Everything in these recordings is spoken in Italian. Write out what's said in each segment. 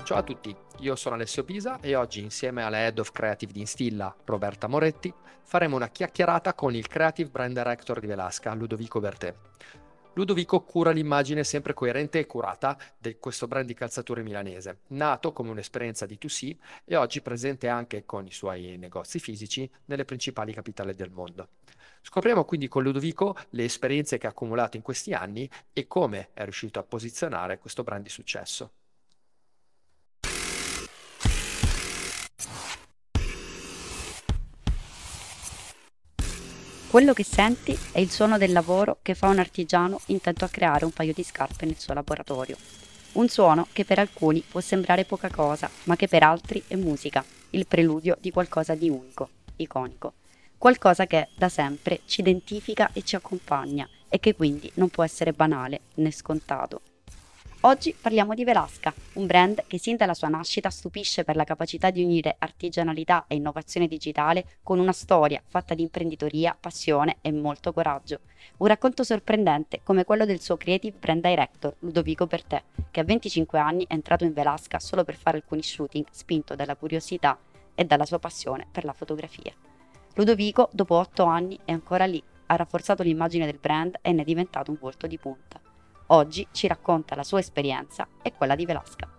Ciao a tutti, io sono Alessio Pisa e oggi insieme alla Head of Creative di Instilla, Roberta Moretti, faremo una chiacchierata con il Creative Brand Director di Velasca, Ludovico Bertè. Ludovico cura l'immagine sempre coerente e curata di questo brand di calzature milanese, nato come un'esperienza D2C e oggi presente anche con i suoi negozi fisici nelle principali capitali del mondo. Scopriamo quindi con Ludovico le esperienze che ha accumulato in questi anni e come è riuscito a posizionare questo brand di successo. Quello che senti è il suono del lavoro che fa un artigiano intento a creare un paio di scarpe nel suo laboratorio. Un suono che per alcuni può sembrare poca cosa, ma che per altri è musica, il preludio di qualcosa di unico, iconico. Qualcosa che da sempre ci identifica e ci accompagna e che quindi non può essere banale né scontato. Oggi parliamo di Velasca, un brand che sin dalla sua nascita stupisce per la capacità di unire artigianalità e innovazione digitale con una storia fatta di imprenditoria, passione e molto coraggio. Un racconto sorprendente come quello del suo creative brand director Ludovico Bertè, che a 25 anni è entrato in Velasca solo per fare alcuni shooting spinto dalla curiosità e dalla sua passione per la fotografia. Ludovico, dopo 8 anni, è ancora lì, ha rafforzato l'immagine del brand e ne è diventato un volto di punta. Oggi ci racconta la sua esperienza e quella di Velasca.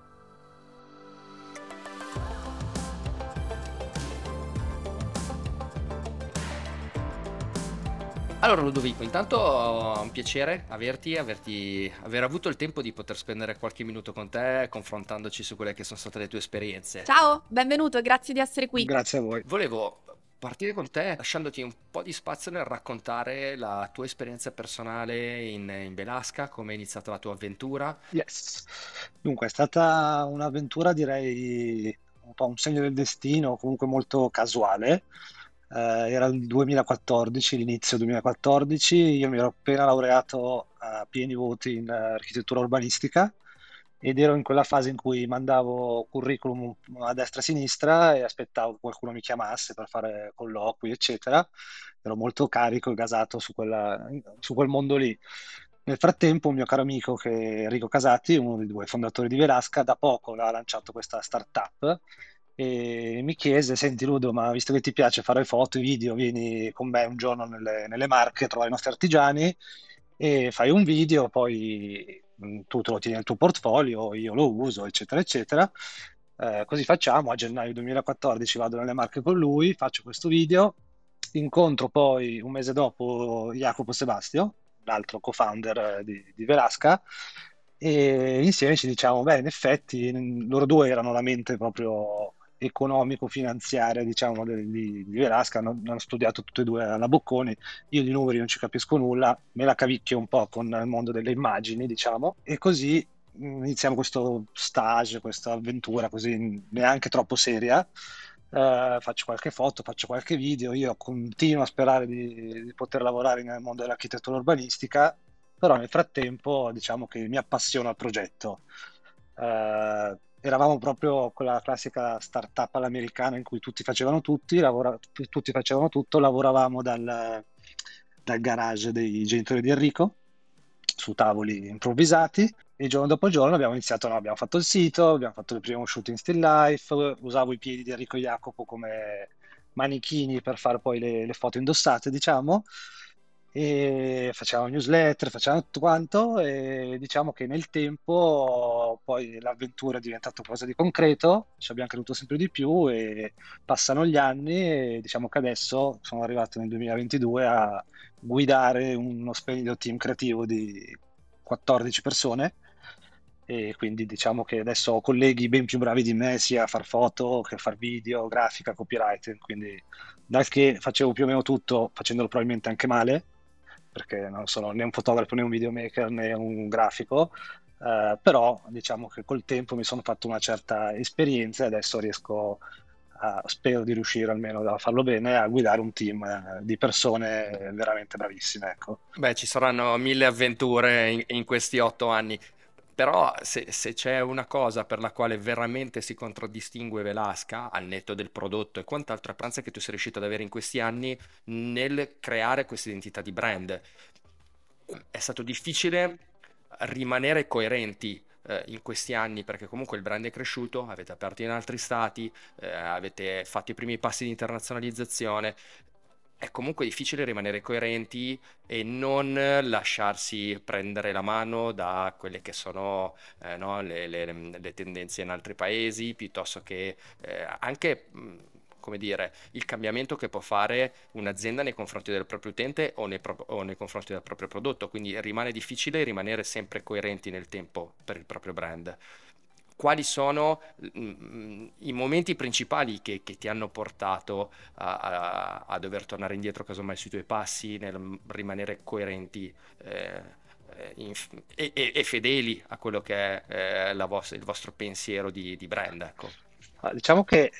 Allora Ludovico, intanto è un piacere aver avuto il tempo di poter spendere qualche minuto con te confrontandoci su quelle che sono state le tue esperienze. Ciao, benvenuto, grazie di essere qui. Grazie a voi. Volevo partire con te lasciandoti un po' di spazio nel raccontare la tua esperienza personale in Velasca, come è iniziata la tua avventura. Yes. Dunque, è stata un'avventura, direi, un po' un segno del destino, comunque molto casuale. Era il 2014, l'inizio 2014, io mi ero appena laureato a pieni voti in architettura urbanistica ed ero in quella fase in cui mandavo curriculum a destra e a sinistra e aspettavo che qualcuno mi chiamasse per fare colloqui, eccetera. Ero molto carico e gasato su quel mondo lì. Nel frattempo, un mio caro amico che è Enrico Casati, uno dei due fondatori di Velasca, da poco aveva lanciato questa startup e mi chiese: Senti Ludo, ma visto che ti piace fare foto e video, vieni con me un giorno nelle Marche a trovare i nostri artigiani e fai un video, poi tu te lo tieni nel tuo portfolio, io lo uso, eccetera, eccetera. Così facciamo. A gennaio 2014 vado nelle Marche con lui, faccio questo video, incontro poi un mese dopo Jacopo Sebastio, l'altro co-founder di Velasca, e insieme ci diciamo: beh, in effetti loro due erano la mente proprio economico-finanziaria, diciamo, di Velasca, hanno studiato tutti e due alla Bocconi. Io di numeri non ci capisco nulla, me la cavicchio un po' con il mondo delle immagini, diciamo, e così iniziamo questo stage, questa avventura così neanche troppo seria. Faccio qualche foto, faccio qualche video, io continuo a sperare di poter lavorare nel mondo dell'architettura urbanistica, però nel frattempo diciamo che mi appassiona il progetto. Eravamo proprio quella classica startup all'americana in cui tutti facevano tutto, lavoravamo dal garage dei genitori di Enrico su tavoli improvvisati e giorno dopo giorno abbiamo iniziato, no, abbiamo fatto il sito, abbiamo fatto il primo shooting still life, usavo i piedi di Enrico Jacopo come manichini per fare poi le foto indossate, diciamo, e facevamo newsletter, facevamo tutto quanto e diciamo che nel tempo poi l'avventura è diventata qualcosa di concreto, ci abbiamo creduto sempre di più e passano gli anni e diciamo che adesso sono arrivato nel 2022 a guidare uno splendido team creativo di 14 persone e quindi diciamo che adesso ho colleghi ben più bravi di me sia a far foto che a far video, grafica, copywriting, quindi dal che facevo più o meno tutto, facendolo probabilmente anche male, perché non sono né un fotografo né un videomaker né un grafico, però diciamo che col tempo mi sono fatto una certa esperienza e adesso riesco spero di riuscire almeno a farlo bene, a guidare un team di persone veramente bravissime, ecco. Beh, ci saranno mille avventure in questi 8 anni, però se c'è una cosa per la quale veramente si contraddistingue Velasca, al netto del prodotto e quant'altro, è pranzo che tu sei riuscito ad avere in questi anni nel creare questa identità di brand. È stato difficile rimanere coerenti in questi anni, perché comunque il brand è cresciuto, avete aperto in altri stati, avete fatto i primi passi di internazionalizzazione, è comunque difficile rimanere coerenti e non lasciarsi prendere la mano da quelle che sono no, le tendenze in altri paesi, piuttosto che anche, come dire, il cambiamento che può fare un'azienda nei confronti del proprio utente o nei confronti del proprio prodotto. Quindi rimane difficile rimanere sempre coerenti nel tempo per il proprio brand. Quali sono i momenti principali che ti hanno portato a dover tornare indietro casomai sui tuoi passi, nel rimanere coerenti e fedeli a quello che è il vostro pensiero di brand, ecco. Diciamo che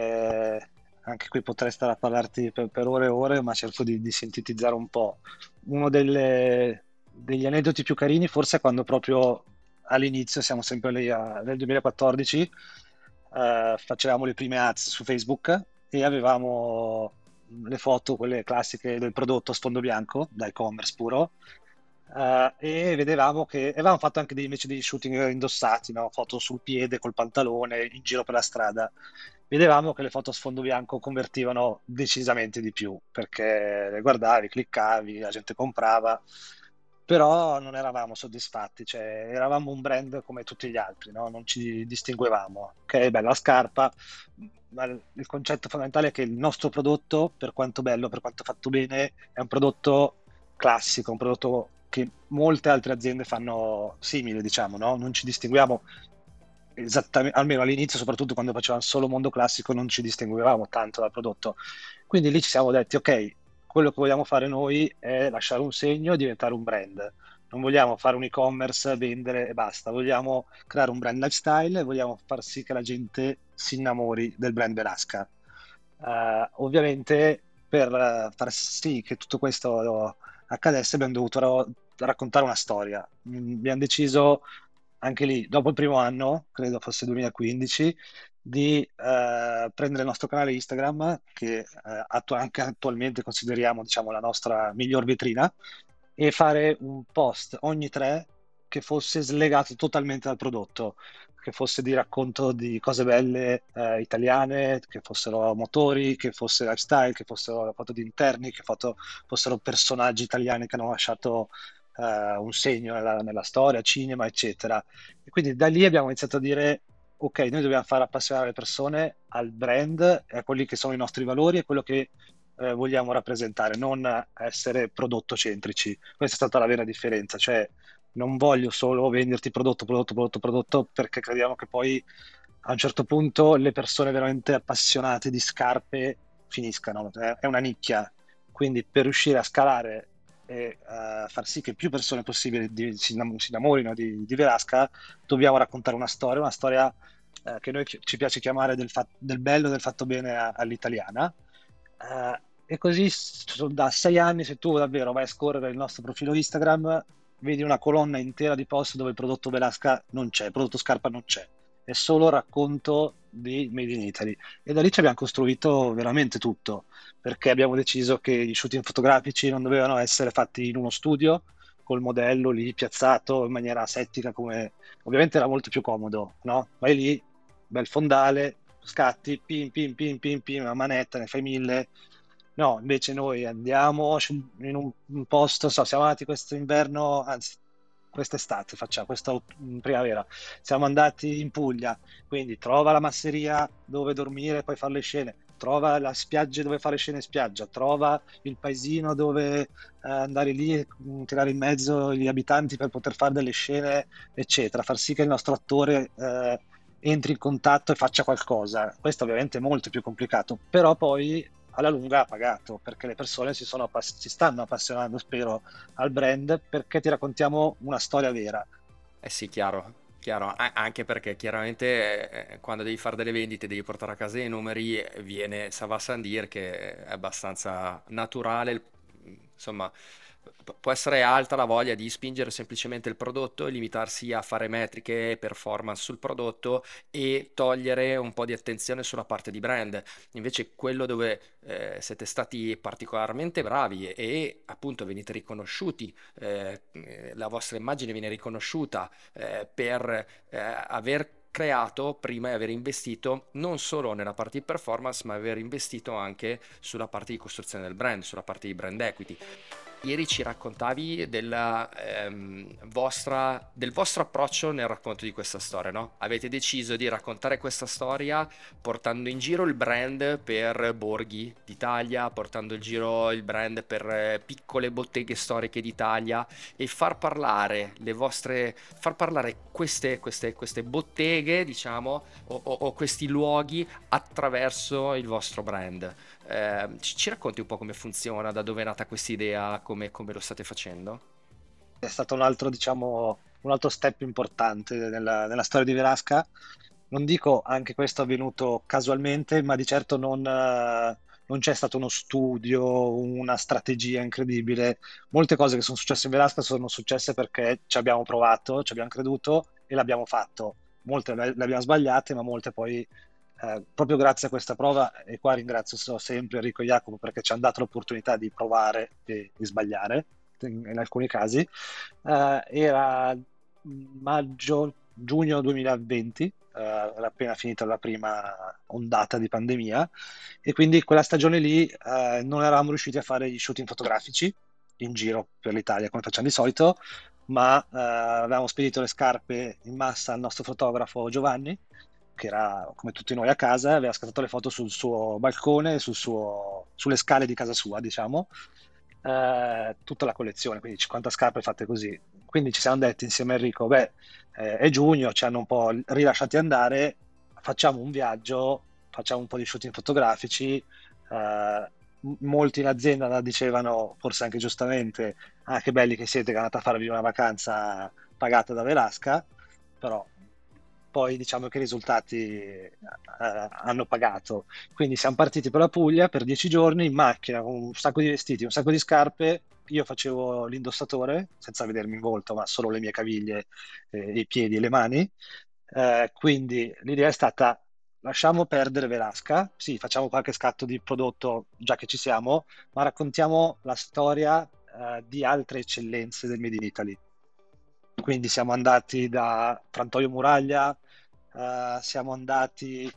anche qui potrei stare a parlarti per ore e ore, ma cerco di sintetizzare un po'. Uno degli aneddoti più carini forse è quando proprio all'inizio, siamo sempre lì nel 2014, facevamo le prime ads su Facebook e avevamo le foto, quelle classiche del prodotto a sfondo bianco, da e-commerce puro, e vedevamo che avevamo fatto anche invece dei shooting indossati, no? Foto sul piede col pantalone in giro per la strada. Vedevamo che le foto a sfondo bianco convertivano decisamente di più perché le guardavi, cliccavi, la gente comprava, però non eravamo soddisfatti, cioè eravamo un brand come tutti gli altri, no? Non ci distinguevamo. Ok, bella scarpa, ma il concetto fondamentale è che il nostro prodotto, per quanto bello, per quanto fatto bene, è un prodotto classico, un prodotto che molte altre aziende fanno simile, diciamo, no? Non ci distinguiamo esattamente, almeno all'inizio, soprattutto quando facevamo solo mondo classico, non ci distinguevamo tanto dal prodotto. Quindi lì ci siamo detti, ok, quello che vogliamo fare noi è lasciare un segno e diventare un brand. Non vogliamo fare un e-commerce, vendere e basta, vogliamo creare un brand lifestyle e vogliamo far sì che la gente si innamori del brand Berasca. Ovviamente per far sì che tutto questo accadesse abbiamo dovuto raccontare una storia. Abbiamo deciso anche lì, dopo il primo anno, credo fosse 2015, di prendere il nostro canale Instagram, che anche attualmente consideriamo, diciamo, la nostra miglior vetrina, e fare un post ogni tre che fosse slegato totalmente dal prodotto, che fosse di racconto di cose belle italiane, che fossero motori, che fosse lifestyle, che fossero foto di interni, fossero personaggi italiani che hanno lasciato un segno nella storia, cinema, eccetera. E quindi da lì abbiamo iniziato a dire, ok, noi dobbiamo far appassionare le persone al brand e a quelli che sono i nostri valori e quello che vogliamo rappresentare, non essere prodotto centrici. Questa è stata la vera differenza, cioè non voglio solo venderti prodotto, prodotto, prodotto, prodotto, perché crediamo che poi a un certo punto le persone veramente appassionate di scarpe finiscano, è una nicchia. Quindi per riuscire a scalare e far sì che più persone possibili si innamorino di Velasca, dobbiamo raccontare una storia che noi ci piace chiamare del bello, del fatto bene all'italiana. E così da 6 anni, se tu davvero vai a scorrere il nostro profilo Instagram, vedi una colonna intera di post dove il prodotto Velasca non c'è, il prodotto scarpa non c'è, è solo racconto di Made in Italy. E da lì ci abbiamo costruito veramente tutto, perché abbiamo deciso che gli shooting fotografici non dovevano essere fatti in uno studio col modello lì piazzato in maniera asettica, come ovviamente era molto più comodo, no? Vai lì, bel fondale, scatti, pin, pin, pin, pin, pin, una manetta, ne fai 1000. No, invece noi andiamo in un posto, siamo andati questo inverno, anzi, quest'estate facciamo, questa primavera, siamo andati in Puglia, quindi trova la masseria dove dormire e poi fare le scene, trova la spiaggia dove fare scene in spiaggia, trova il paesino dove andare lì e tirare in mezzo gli abitanti per poter fare delle scene, eccetera, far sì che il nostro attore entri in contatto e faccia qualcosa. Questo ovviamente è molto più complicato, però poi alla lunga ha pagato perché le persone si stanno appassionando, spero, al brand perché ti raccontiamo una storia vera. Eh sì, chiaro, chiaro, anche perché chiaramente quando devi fare delle vendite, devi portare a casa i numeri, viene, ça va sans dire che è abbastanza naturale, insomma, può essere alta la voglia di spingere semplicemente il prodotto e limitarsi a fare metriche e performance sul prodotto e togliere un po' di attenzione sulla parte di brand. Invece quello dove siete stati particolarmente bravi e appunto venite riconosciuti, la vostra immagine viene riconosciuta per aver creato prima e aver investito non solo nella parte di performance, ma aver investito anche sulla parte di costruzione del brand, sulla parte di brand equity. Ieri ci raccontavi del vostro approccio nel racconto di questa storia, no? Avete deciso di raccontare questa storia portando in giro il brand per borghi d'Italia, portando in giro il brand per piccole botteghe storiche d'Italia e far parlare queste botteghe, diciamo, o questi luoghi attraverso il vostro brand. Ci racconti un po' come funziona, da dove è nata questa idea, come lo state facendo? È stato un altro, diciamo, un altro step importante nella storia di Velasca. Non dico anche questo è avvenuto casualmente, ma di certo non c'è stato uno studio, una strategia incredibile. Molte cose che sono successe in Velasca sono successe perché ci abbiamo provato, ci abbiamo creduto e l'abbiamo fatto. Molte le abbiamo sbagliate, ma molte poi, proprio grazie a questa prova, e qua ringrazio sempre Enrico e Jacopo perché ci hanno dato l'opportunità di provare e di sbagliare in alcuni casi. Era maggio, giugno 2020, era appena finita la prima ondata di pandemia e quindi quella stagione lì non eravamo riusciti a fare gli shooting fotografici in giro per l'Italia come facciamo di solito, ma avevamo spedito le scarpe in massa al nostro fotografo Giovanni, che era come tutti noi a casa, e aveva scattato le foto sul suo balcone, sulle scale di casa sua, diciamo, tutta la collezione, quindi 50 scarpe fatte così. Quindi ci siamo detti insieme a Enrico, beh, è giugno, ci hanno un po' rilasciati andare, facciamo un viaggio, facciamo un po' di shooting fotografici. Molti in azienda la dicevano, forse anche giustamente, ah, che belli che siete che andate a farvi una vacanza pagata da Velasca, però poi diciamo che i risultati hanno pagato. Quindi siamo partiti per la Puglia per 10 giorni in macchina con un sacco di vestiti, un sacco di scarpe. Io facevo l'indossatore senza vedermi in volto, ma solo le mie caviglie, i piedi e le mani. Quindi l'idea è stata: lasciamo perdere Velasca, sì, facciamo qualche scatto di prodotto già che ci siamo, ma raccontiamo la storia di altre eccellenze del Made in Italy. Quindi siamo andati da Frantoio Muraglia, siamo andati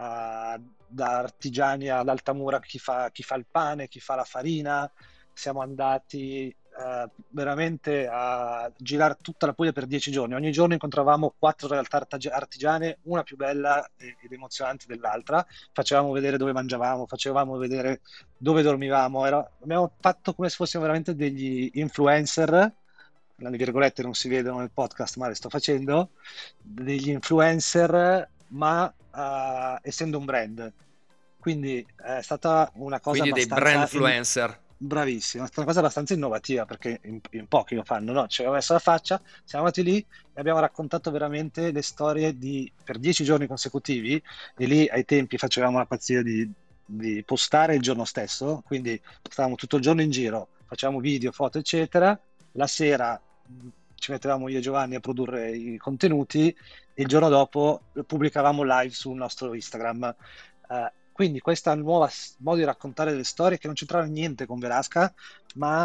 da artigiani ad Altamura, chi fa il pane, chi fa la farina, siamo andati veramente a girare tutta la Puglia per 10 giorni. Ogni giorno incontravamo 4 realtà artigiane, una più bella ed emozionante dell'altra. Facevamo vedere dove mangiavamo, facevamo vedere dove dormivamo. Abbiamo fatto come se fossimo veramente degli influencer. Le virgolette non si vedono nel podcast, ma le sto facendo, degli influencer, ma essendo un brand. Quindi è stata una cosa Quindi dei brand abbastanza influencer. bravissima, è stata una cosa abbastanza innovativa perché in pochi lo fanno, no? Ci abbiamo messo la faccia, siamo andati lì e abbiamo raccontato veramente le storie per 10 giorni consecutivi, e lì ai tempi facevamo la pazzia di postare il giorno stesso, quindi stavamo tutto il giorno in giro, facevamo video, foto, eccetera. La sera ci mettevamo io e Giovanni a produrre i contenuti e il giorno dopo pubblicavamo live sul nostro Instagram. Quindi questa nuova modo di raccontare le storie che non c'entrava niente con Velasca, ma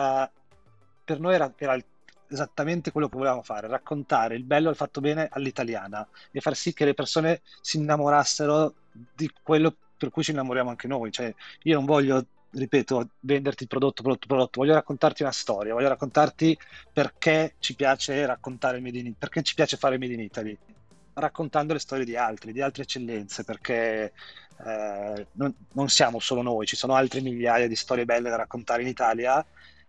per noi era esattamente quello che volevamo fare: raccontare il bello e il fatto bene all'italiana e far sì che le persone si innamorassero di quello per cui ci innamoriamo anche noi. Cioè, io non voglio, ripeto, venderti prodotto, voglio raccontarti una storia, voglio raccontarti perché ci piace raccontare il perché ci piace fare il Made in Italy, raccontando le storie di altri, di altre eccellenze, perché non siamo solo noi, ci sono altre migliaia di storie belle da raccontare in Italia,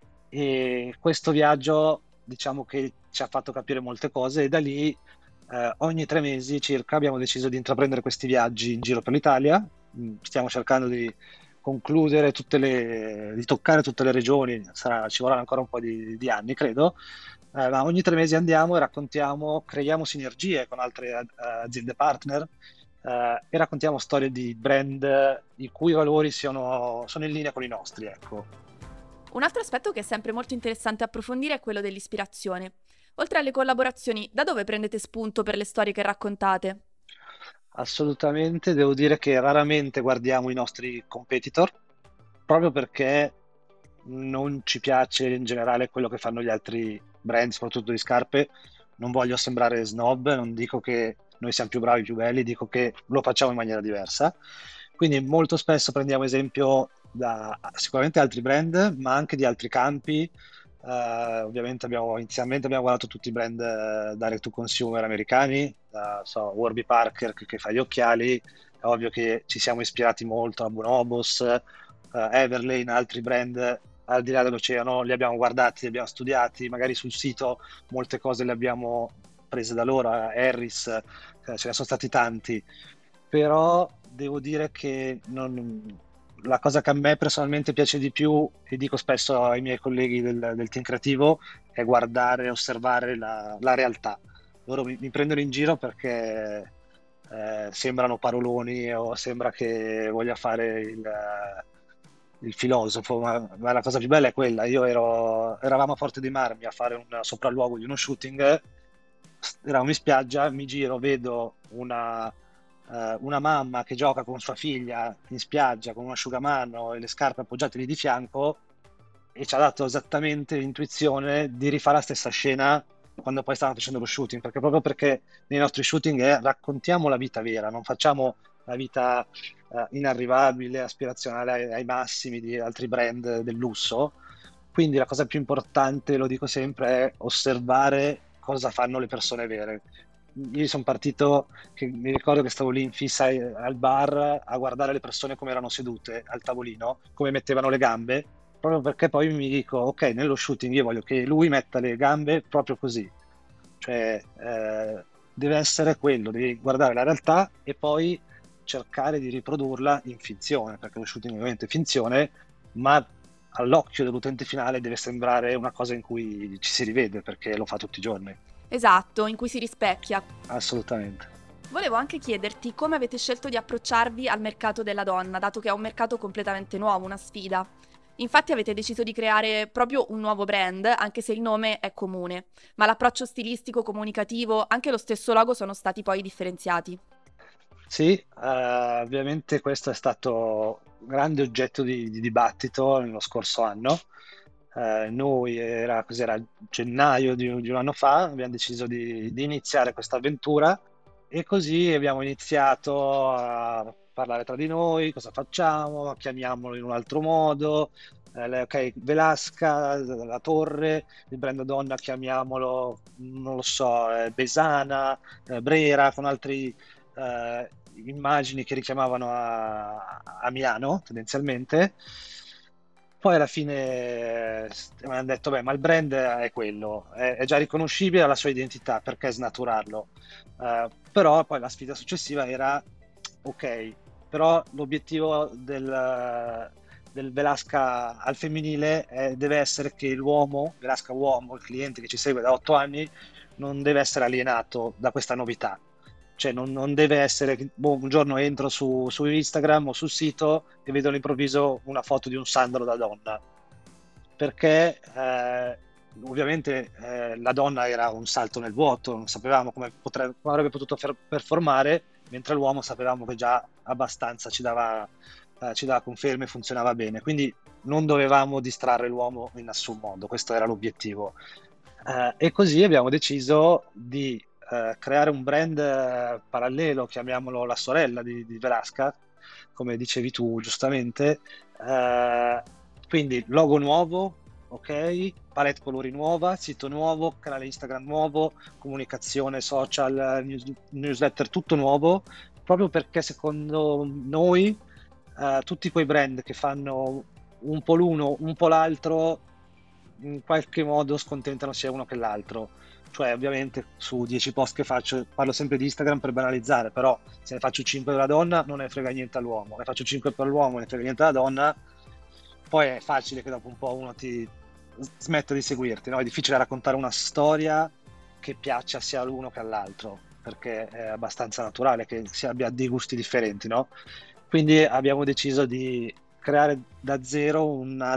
e questo viaggio diciamo che ci ha fatto capire molte cose, e da lì ogni 3 mesi circa abbiamo deciso di intraprendere questi viaggi in giro per l'Italia. Stiamo cercando di concludere di toccare tutte le regioni, ci vorranno ancora un po' di anni, credo. Ma ogni 3 mesi andiamo e raccontiamo, creiamo sinergie con altre aziende partner, e raccontiamo storie di brand i cui valori sono in linea con i nostri, ecco. Un altro aspetto che è sempre molto interessante approfondire è quello dell'ispirazione. Oltre alle collaborazioni, da dove prendete spunto per le storie che raccontate? Assolutamente, devo dire che raramente guardiamo i nostri competitor, proprio perché non ci piace in generale quello che fanno gli altri brand, soprattutto di scarpe. Non voglio sembrare snob, non dico che noi siamo più bravi, più belli, dico che lo facciamo in maniera diversa. Quindi molto spesso prendiamo esempio da sicuramente altri brand, ma anche di altri campi. Ovviamente inizialmente abbiamo guardato tutti i brand direct to consumer americani, Warby Parker che fa gli occhiali. È ovvio che ci siamo ispirati molto a Bonobos, Everlane, altri brand al di là dell'oceano, li abbiamo guardati, li abbiamo studiati, magari sul sito molte cose le abbiamo prese da loro, Harris, ce ne sono stati tanti, però devo dire che la cosa che a me personalmente piace di più, e dico spesso ai miei colleghi del team creativo, è guardare e osservare la realtà. Loro mi prendono in giro perché sembrano paroloni o sembra che voglia fare il filosofo, ma la cosa più bella è quella. Eravamo a Forte dei Marmi a fare un sopralluogo di uno shooting, eravamo in spiaggia, mi giro, vedo una mamma che gioca con sua figlia in spiaggia con un asciugamano e le scarpe appoggiate lì di fianco, e ci ha dato esattamente l'intuizione di rifare la stessa scena quando poi stavamo facendo lo shooting, proprio perché nei nostri shooting raccontiamo la vita vera, non facciamo la vita inarrivabile, aspirazionale ai massimi di altri brand del lusso. Quindi la cosa più importante, lo dico sempre, è osservare cosa fanno le persone vere. Io sono partito, che mi ricordo che stavo lì in fissa al bar a guardare le persone come erano sedute al tavolino, come mettevano le gambe, proprio perché poi mi dico, ok, nello shooting io voglio che lui metta le gambe proprio così, cioè deve essere quello, devi guardare la realtà e poi cercare di riprodurla in finzione, perché lo shooting ovviamente è finzione, ma all'occhio dell'utente finale deve sembrare una cosa in cui ci si rivede, perché lo fa tutti i giorni. Esatto, in cui si rispecchia. Assolutamente. Volevo anche chiederti come avete scelto di approcciarvi al mercato della donna, dato che è un mercato completamente nuovo, una sfida. Infatti avete deciso di creare proprio un nuovo brand, anche se il nome è comune, ma l'approccio stilistico, comunicativo, anche lo stesso logo sono stati poi differenziati. Sì, ovviamente questo è stato un grande oggetto di dibattito nello scorso anno. Noi cos'era, gennaio di un anno fa, abbiamo deciso di iniziare questa avventura e così abbiamo iniziato a parlare tra di noi, cosa facciamo, chiamiamolo in un altro modo. Ok, Velasca, la torre, il brand donna chiamiamolo, non lo so, Besana, Brera, con altri immagini che richiamavano a Milano tendenzialmente. Poi alla fine mi hanno detto, beh, ma il brand è quello, è già riconoscibile alla sua identità, perché snaturarlo? Però poi la sfida successiva era, ok, però l'obiettivo del Velasca al femminile deve essere che l'uomo, Velasca uomo, il cliente che ci segue da 8 anni, non deve essere alienato da questa novità. Cioè non deve essere che un giorno entro su Instagram o sul sito e vedo all'improvviso una foto di un Sandro da donna, perché ovviamente la donna era un salto nel vuoto, non sapevamo come avrebbe potuto performare, mentre l'uomo sapevamo che già abbastanza ci dava conferme e funzionava bene, quindi non dovevamo distrarre l'uomo in nessun modo, questo era l'obiettivo. E così abbiamo deciso di creare un brand parallelo, chiamiamolo la sorella di Velasca, come dicevi tu giustamente. Eh, quindi logo nuovo, ok, palette colori nuova, sito nuovo, canale Instagram nuovo, comunicazione social, newsletter, tutto nuovo, proprio perché secondo noi tutti quei brand che fanno un po' l'uno, un po' l'altro, in qualche modo scontentano sia uno che l'altro. Cioè, ovviamente su 10 post che faccio parlo sempre di Instagram per banalizzare, però se ne faccio 5 per la donna non ne frega niente all'uomo, ne faccio 5 per l'uomo non ne frega niente alla donna, poi è facile che dopo un po' uno ti smetta di seguirti, no? È difficile raccontare una storia che piaccia sia all'uno che all'altro, perché è abbastanza naturale che si abbia dei gusti differenti, no? Quindi abbiamo deciso di creare da zero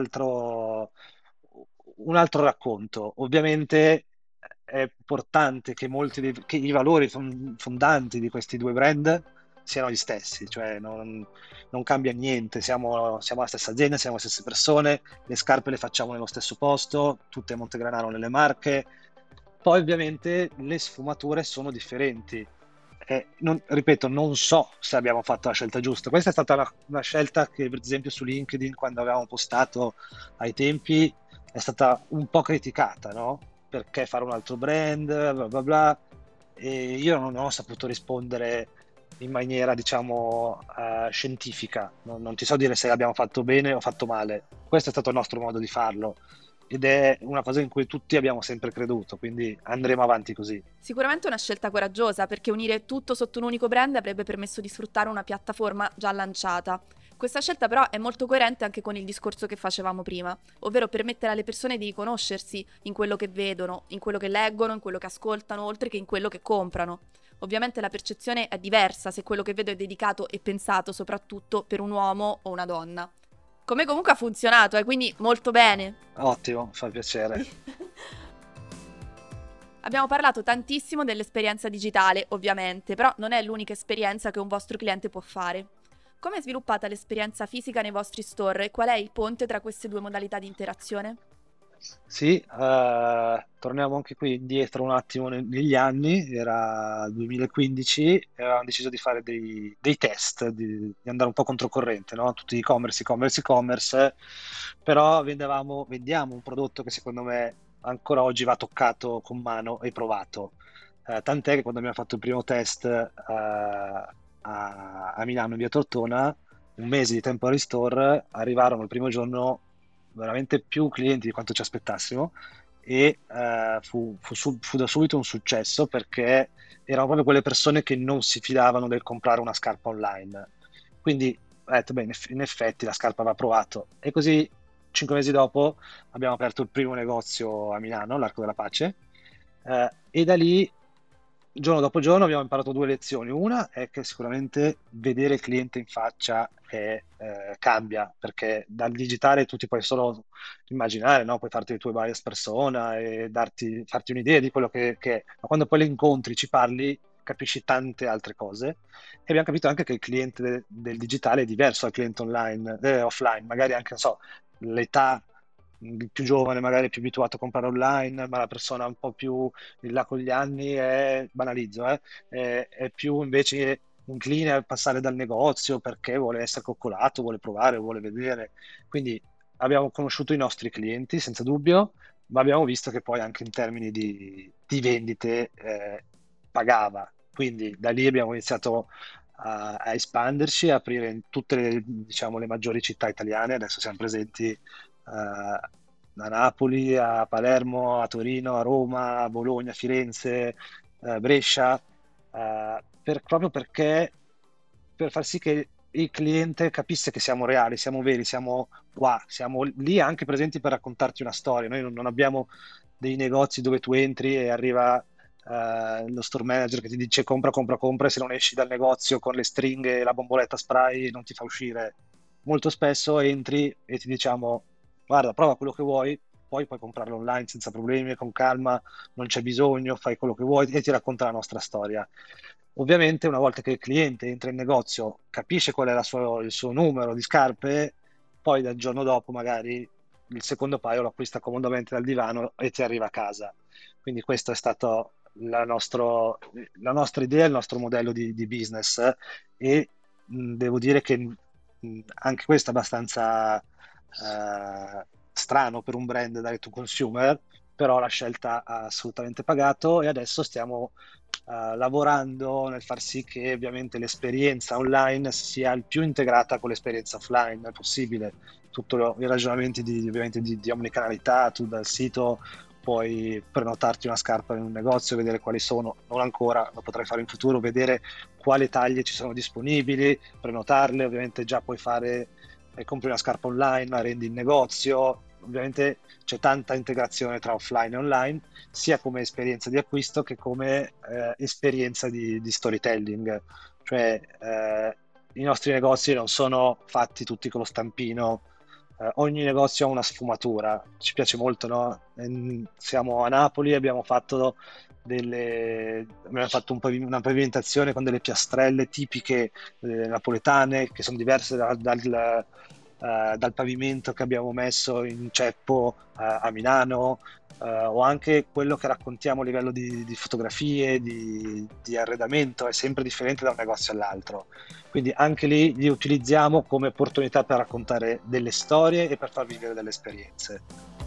un altro racconto. Ovviamente è importante che che i valori fondanti di questi due brand siano gli stessi, cioè non cambia niente, siamo la stessa azienda, siamo le stesse persone, le scarpe le facciamo nello stesso posto, tutte a Montegranaro nelle Marche. Poi ovviamente le sfumature sono differenti. Ripeto, non so se abbiamo fatto la scelta giusta. Questa è stata una scelta che, per esempio, su LinkedIn, quando avevamo postato ai tempi, è stata un po' criticata, no? Perché fare un altro brand, bla bla bla. E io non ho saputo rispondere in maniera, diciamo, scientifica. Non ti so dire se l'abbiamo fatto bene o fatto male. Questo è stato il nostro modo di farlo ed è una cosa in cui tutti abbiamo sempre creduto, quindi andremo avanti così. Sicuramente è una scelta coraggiosa, perché unire tutto sotto un unico brand avrebbe permesso di sfruttare una piattaforma già lanciata. Questa scelta però è molto coerente anche con il discorso che facevamo prima, ovvero permettere alle persone di riconoscersi in quello che vedono, in quello che leggono, in quello che ascoltano, oltre che in quello che comprano. Ovviamente la percezione è diversa se quello che vedo è dedicato e pensato soprattutto per un uomo o una donna. Come comunque ha funzionato, quindi molto bene. Ottimo, fa piacere. Abbiamo parlato tantissimo dell'esperienza digitale, ovviamente, però non è l'unica esperienza che un vostro cliente può fare. Come è sviluppata l'esperienza fisica nei vostri store e qual è il ponte tra queste due modalità di interazione? Sì, torniamo anche qui indietro un attimo negli anni, era 2015 e avevamo deciso di fare dei test, di andare un po' controcorrente, no? Tutti e-commerce, e-commerce, e-commerce, però vendiamo un prodotto che secondo me ancora oggi va toccato con mano e provato. Tant'è che quando abbiamo fatto il primo test a Milano in via Tortona, un mese di temporary store, arrivarono il primo giorno veramente più clienti di quanto ci aspettassimo e fu da subito un successo perché erano proprio quelle persone che non si fidavano del comprare una scarpa online. Quindi ho detto, beh, in effetti la scarpa va provato. E così 5 mesi dopo abbiamo aperto il primo negozio a Milano, l'Arco della Pace, e da lì, giorno dopo giorno, abbiamo imparato due lezioni. Una è che sicuramente vedere il cliente in faccia cambia, perché dal digitale tu ti puoi solo immaginare, no? Puoi farti le tue bias persona e farti un'idea di quello che è, ma quando poi le incontri, ci parli, capisci tante altre cose. E abbiamo capito anche che il cliente del digitale è diverso dal cliente offline, magari anche, non so, l'età il più giovane magari è più abituato a comprare online, ma la persona un po' più in là con gli anni banalizzo, è più invece incline a passare dal negozio perché vuole essere coccolato, vuole provare, vuole vedere. Quindi abbiamo conosciuto i nostri clienti senza dubbio, ma abbiamo visto che poi anche in termini di vendite pagava. Quindi da lì abbiamo iniziato a espanderci, a aprire in tutte le, diciamo, le maggiori città italiane. Adesso siamo presenti da Napoli a Palermo, a Torino, a Roma, a Bologna, a Firenze, Brescia, proprio perché per far sì che il cliente capisse che siamo reali, siamo veri, siamo qua, siamo lì anche presenti per raccontarti una storia. Noi non abbiamo dei negozi dove tu entri e arriva lo store manager che ti dice compra, compra, compra e se non esci dal negozio con le stringhe e la bomboletta spray non ti fa uscire. Molto spesso entri e ti diciamo guarda, prova quello che vuoi, poi puoi comprarlo online senza problemi, con calma, non c'è bisogno, fai quello che vuoi e ti racconta la nostra storia. Ovviamente, una volta che il cliente entra in negozio, capisce qual è il suo numero di scarpe, poi dal giorno dopo magari il secondo paio lo acquista comodamente dal divano e ti arriva a casa. Quindi questo è stato la nostra idea, il nostro modello di business e devo dire che anche questo è abbastanza strano per un brand direct to consumer, però la scelta ha assolutamente pagato e adesso stiamo lavorando nel far sì che ovviamente l'esperienza online sia il più integrata con l'esperienza offline possibile. Tutti i ragionamenti ovviamente di omnicanalità, tu dal sito puoi prenotarti una scarpa in un negozio, vedere quali sono, non ancora, lo potrai fare in futuro, vedere quali taglie ci sono disponibili, prenotarle, ovviamente già puoi fare, compri una scarpa online, la rendi in negozio, ovviamente c'è tanta integrazione tra offline e online, sia come esperienza di acquisto che come esperienza di storytelling, cioè i nostri negozi non sono fatti tutti con lo stampino, ogni negozio ha una sfumatura, ci piace molto, no? Siamo a Napoli, abbiamo fatto una pavimentazione con delle piastrelle tipiche napoletane che sono diverse dal pavimento che abbiamo messo in ceppo a Milano, o anche quello che raccontiamo a livello di fotografie, di arredamento, è sempre differente da un negozio all'altro. Quindi anche lì li utilizziamo come opportunità per raccontare delle storie e per far vivere delle esperienze.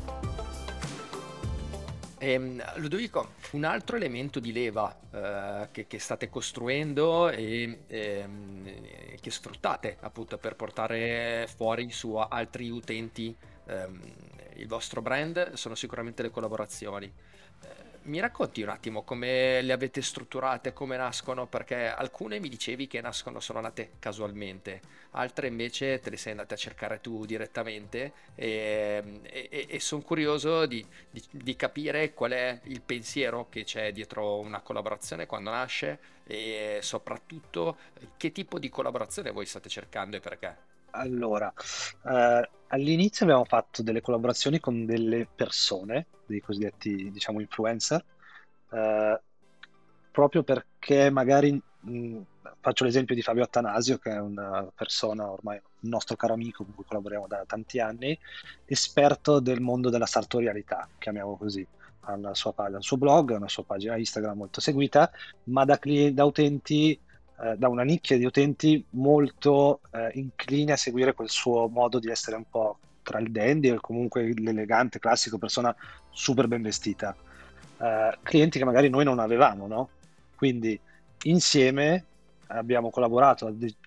Ludovico, un altro elemento di leva che state costruendo e che sfruttate appunto per portare fuori su altri utenti il vostro brand sono sicuramente le collaborazioni. Mi racconti un attimo come le avete strutturate, come nascono? Perché alcune mi dicevi che sono nate casualmente, altre invece te le sei andate a cercare tu direttamente e sono curioso di capire qual è il pensiero che c'è dietro una collaborazione quando nasce e soprattutto che tipo di collaborazione voi state cercando e perché. Allora, all'inizio abbiamo fatto delle collaborazioni con delle persone, dei cosiddetti, diciamo, influencer, eh, proprio perché magari, faccio l'esempio di Fabio Attanasio, che è una persona, ormai un nostro caro amico con cui collaboriamo da tanti anni, esperto del mondo della sartorialità, chiamiamolo così. Ha un suo blog, una sua pagina Instagram molto seguita, ma da utenti, da una nicchia di utenti molto incline a seguire quel suo modo di essere un po' tra il dandy e comunque l'elegante, classico, persona super ben vestita. Clienti che magari noi non avevamo, no? Quindi insieme abbiamo collaborato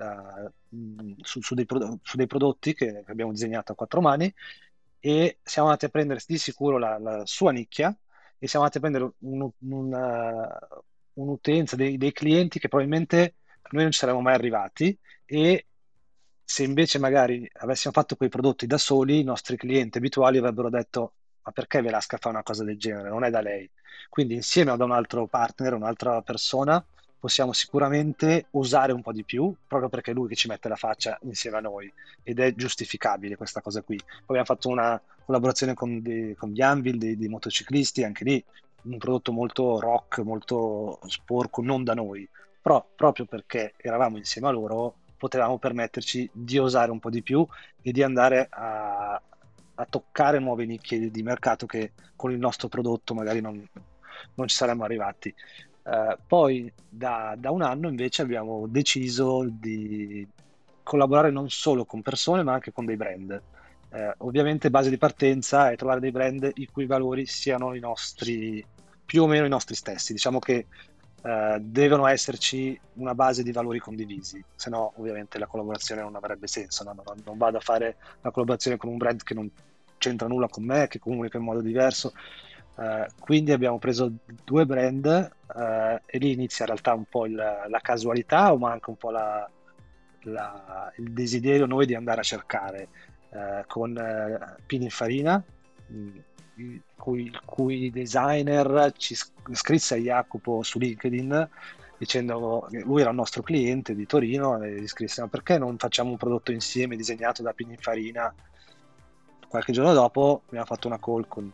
su dei prodotti che abbiamo disegnato a quattro mani e siamo andati a prendere di sicuro la sua nicchia e siamo andati a prendere un'utenza, dei clienti che probabilmente noi non ci saremmo mai arrivati, e se invece magari avessimo fatto quei prodotti da soli, i nostri clienti abituali avrebbero detto: ma perché Velasca fa una cosa del genere? Non è da lei. Quindi insieme ad un altro partner, un'altra persona, possiamo sicuramente usare un po' di più, proprio perché è lui che ci mette la faccia insieme a noi, ed è giustificabile questa cosa qui. Poi abbiamo fatto una collaborazione con gli Anvil, dei motociclisti, anche lì un prodotto molto rock, molto sporco, non da noi, però proprio perché eravamo insieme a loro potevamo permetterci di osare un po' di più e di andare a toccare nuove nicchie di mercato che con il nostro prodotto magari non ci saremmo arrivati. Poi da un anno invece abbiamo deciso di collaborare non solo con persone ma anche con dei brand. Ovviamente base di partenza è trovare dei brand i cui valori siano i nostri, più o meno i nostri stessi. Diciamo che devono esserci una base di valori condivisi, se no ovviamente la collaborazione non avrebbe senso, no? Non vado a fare una collaborazione con un brand che non c'entra nulla con me, che comunica in modo diverso. Quindi abbiamo preso due brand, e lì inizia in realtà un po' la casualità, ma anche un po' il desiderio noi di andare a cercare con Pininfarina, il cui designer ci scrisse a Jacopo su LinkedIn dicendo che lui era un nostro cliente di Torino e gli scrisse: ma perché non facciamo un prodotto insieme disegnato da Pininfarina? Qualche giorno dopo abbiamo fatto una call con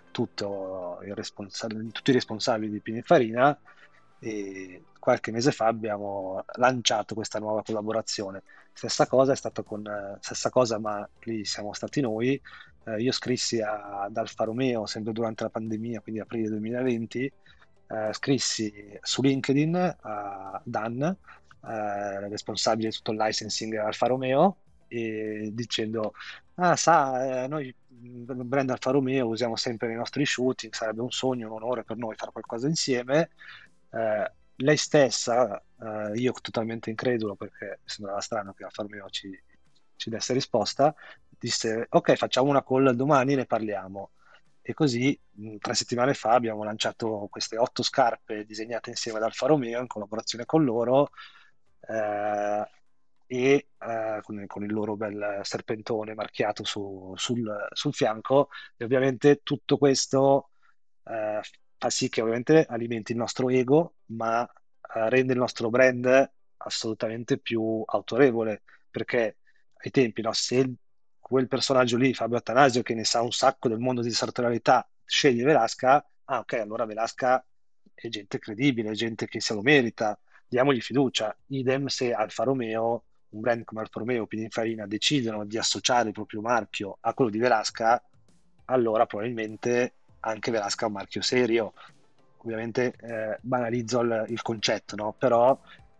tutti i responsabili di Pininfarina, e qualche mese fa abbiamo lanciato questa nuova collaborazione. Stessa cosa è stato stessa cosa, ma lì siamo stati noi. Io scrissi ad Alfa Romeo sempre durante la pandemia, quindi aprile 2020, scrissi su LinkedIn a Dan, responsabile di tutto il licensing Alfa Romeo, e dicendo: ah, sa, noi il brand Alfa Romeo usiamo sempre nei nostri shooting, sarebbe un sogno, un onore per noi fare qualcosa insieme. Lei stessa, io totalmente incredulo perché mi sembrava strano che Alfa Romeo ci desse risposta, disse: ok, facciamo una call domani, ne parliamo. E così 3 settimane fa abbiamo lanciato queste 8 scarpe disegnate insieme ad Alfa Romeo in collaborazione con loro, eh, con il loro bel serpentone marchiato sul fianco. E ovviamente tutto questo fa sì che ovviamente alimenti il nostro ego, ma rende il nostro brand assolutamente più autorevole, perché ai tempi, no, se quel personaggio lì, Fabio Attanasio, che ne sa un sacco del mondo di sartorialità, sceglie Velasca, ah ok, allora Velasca è gente credibile, è gente che se lo merita, diamogli fiducia. Idem se Alfa Romeo, un brand come Alfa Romeo o Pininfarina decidono di associare il proprio marchio a quello di Velasca, allora probabilmente anche Velasca è un marchio serio. Ovviamente banalizzo il concetto, no? Però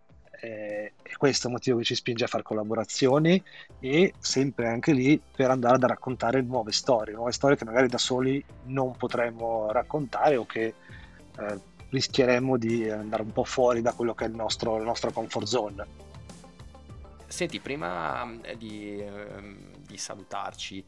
è questo il motivo che ci spinge a fare collaborazioni e sempre anche lì per andare ad raccontare nuove storie che magari da soli non potremmo raccontare o che rischieremmo di andare un po' fuori da quello che è la nostra comfort zone. Senti, prima di salutarci,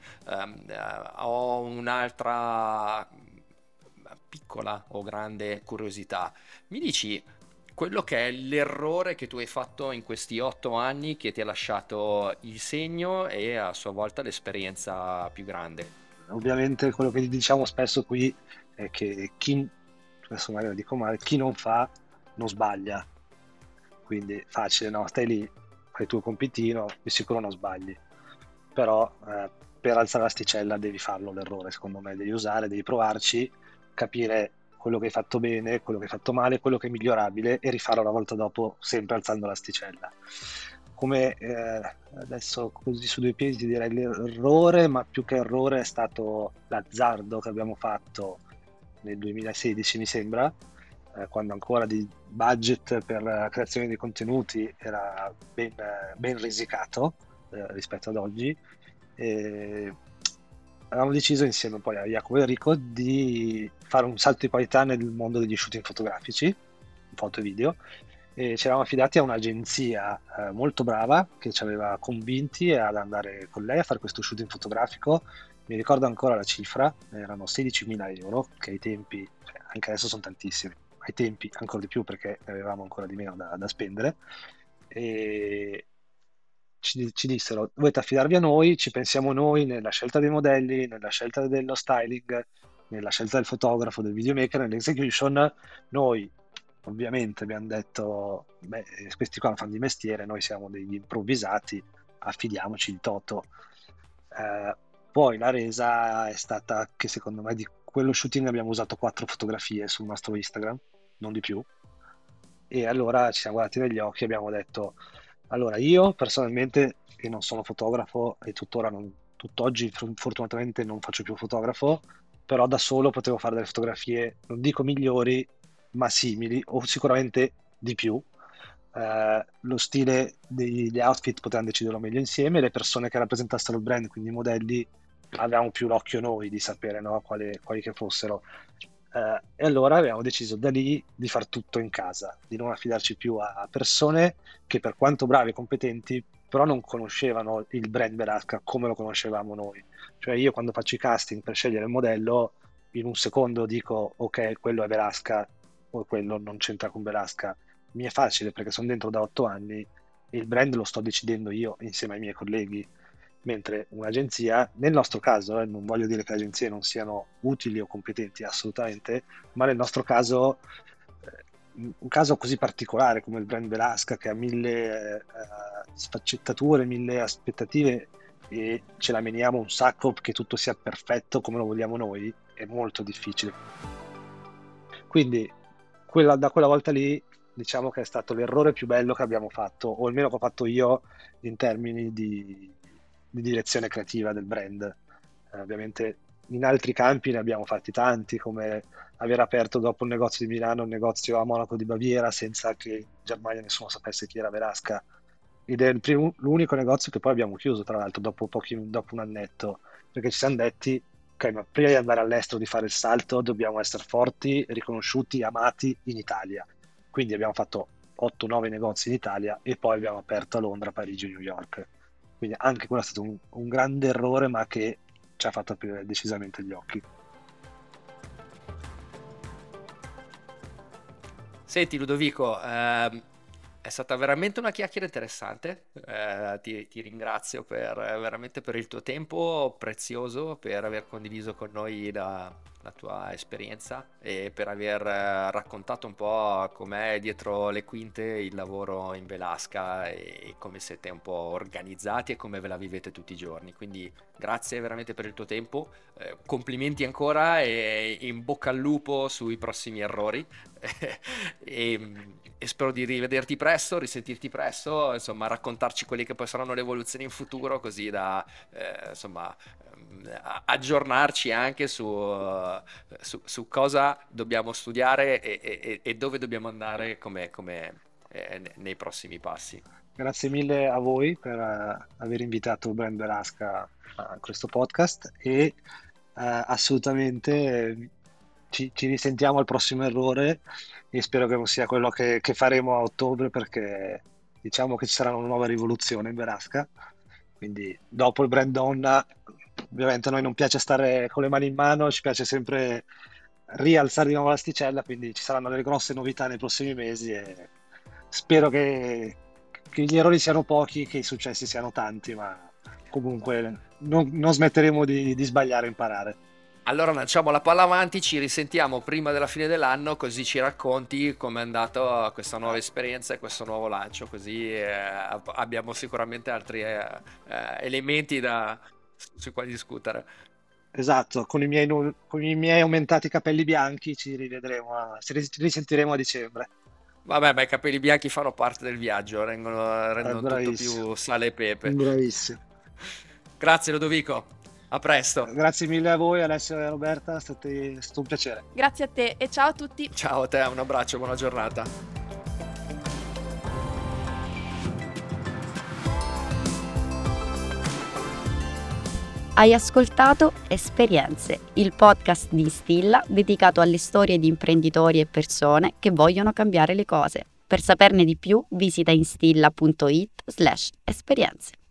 ho un'altra piccola o grande curiosità. Mi dici quello che è l'errore che tu hai fatto in questi 8 anni che ti ha lasciato il segno e a sua volta l'esperienza più grande? Ovviamente quello che diciamo spesso qui è che adesso magari lo dico male, chi non fa non sbaglia. Quindi facile, no? Stai lì, fai il tuo compitino, di sicuro non sbagli. Però per alzare l'asticella devi farlo l'errore, secondo me, devi usare, devi provarci, capire quello che hai fatto bene, quello che hai fatto male, quello che è migliorabile e rifarlo la volta dopo, sempre alzando l'asticella. Come adesso così su due piedi ti direi l'errore, ma più che errore è stato l'azzardo che abbiamo fatto nel 2016, mi sembra, quando ancora di budget per la creazione di contenuti era ben risicato rispetto ad oggi. E avevamo deciso insieme poi a Jacopo e Enrico di fare un salto di qualità nel mondo degli shooting fotografici, foto e video, e ci eravamo affidati a un'agenzia molto brava che ci aveva convinti ad andare con lei a fare questo shooting fotografico. Mi ricordo ancora la cifra, erano 16.000 euro, che ai tempi, cioè, anche adesso sono tantissimi, ai tempi ancora di più perché ne avevamo ancora di meno da spendere. E ci dissero: dovete affidarvi a noi, ci pensiamo noi nella scelta dei modelli, nella scelta dello styling, nella scelta del fotografo, del videomaker, nell'execution. Noi ovviamente abbiamo detto, beh, questi qua fanno di mestiere, noi siamo degli improvvisati, affidiamoci di toto. Poi la resa è stata che secondo me di quello shooting abbiamo usato 4 fotografie sul nostro Instagram, non di più. E allora ci siamo guardati negli occhi e abbiamo detto: allora io personalmente, che non sono fotografo e tutt'oggi fortunatamente non faccio più fotografo, però da solo potevo fare delle fotografie, non dico migliori, ma simili o sicuramente di più. Lo stile degli outfit potevamo deciderlo meglio insieme, le persone che rappresentassero il brand, quindi i modelli, avevamo più l'occhio noi di sapere, no, quali che fossero. E allora abbiamo deciso da lì di far tutto in casa, di non affidarci più a persone che per quanto bravi e competenti, però non conoscevano il brand Velasca come lo conoscevamo noi. Cioè io quando faccio i casting per scegliere il modello, in un secondo dico ok, quello è Velasca o quello non c'entra con Velasca. Mi è facile perché sono dentro da 8 anni e il brand lo sto decidendo io insieme ai miei colleghi. Mentre un'agenzia, nel nostro caso, non voglio dire che le agenzie non siano utili o competenti, assolutamente, ma nel nostro caso, un caso così particolare come il brand Velasca, che ha mille sfaccettature, mille aspettative e ce la meniamo un sacco che tutto sia perfetto come lo vogliamo noi, è molto difficile. Quindi da quella volta lì diciamo che è stato l'errore più bello che abbiamo fatto, o almeno che ho fatto io in termini di direzione creativa del brand. Ovviamente in altri campi ne abbiamo fatti tanti, come aver aperto dopo il negozio di Milano un negozio a Monaco di Baviera senza che in Germania nessuno sapesse chi era Velasca. Ed è l'unico negozio che poi abbiamo chiuso, tra l'altro, dopo un annetto, perché ci siamo detti, ok, ma prima di andare all'estero, di fare il salto, dobbiamo essere forti, riconosciuti, amati in Italia. Quindi abbiamo fatto 8-9 negozi in Italia e poi abbiamo aperto a Londra, Parigi, New York. Quindi anche quello è stato un grande errore, ma che ci ha fatto aprire decisamente gli occhi. Senti Ludovico, è stata veramente una chiacchiera interessante. Ti ringrazio veramente per il tuo tempo prezioso, per aver condiviso con noi la tua esperienza e per aver raccontato un po' com'è dietro le quinte il lavoro in Velasca e come siete un po' organizzati e come ve la vivete tutti i giorni. Quindi grazie veramente per il tuo tempo, complimenti ancora e in bocca al lupo sui prossimi errori e spero di rivederti presto, risentirti presto, insomma raccontarci quelle che poi saranno le evoluzioni in futuro così da insomma aggiornarci anche su cosa dobbiamo studiare e dove dobbiamo andare nei prossimi passi. Grazie mille a voi per aver invitato Brand Velasca a questo podcast e assolutamente ci risentiamo al prossimo errore e spero che non sia quello che faremo a ottobre perché diciamo che ci sarà una nuova rivoluzione in Velasca. Quindi dopo il brand donna, ovviamente a noi non piace stare con le mani in mano, ci piace sempre rialzare di nuovo l'asticella, quindi ci saranno delle grosse novità nei prossimi mesi e spero che gli errori siano pochi, che i successi siano tanti, ma comunque non smetteremo di sbagliare e imparare. Allora lanciamo la palla avanti, ci risentiamo prima della fine dell'anno, così ci racconti com'è andato questa nuova esperienza e questo nuovo lancio, così abbiamo sicuramente altri elementi sui quali discutere. Esatto, con i miei aumentati capelli bianchi ci rivedremo, ci risentiremo a dicembre. Vabbè, ma i capelli bianchi fanno parte del viaggio, rendono tutto Bravissimo, più sale e pepe. bravissimo. Grazie Ludovico, a presto. Grazie mille a voi, Alessio e Roberta, è stato un piacere. Grazie a te e ciao a tutti. Ciao a te, un abbraccio, buona giornata. Hai ascoltato Esperienze, il podcast di Instilla dedicato alle storie di imprenditori e persone che vogliono cambiare le cose. Per saperne di più visita instilla.it/esperienze.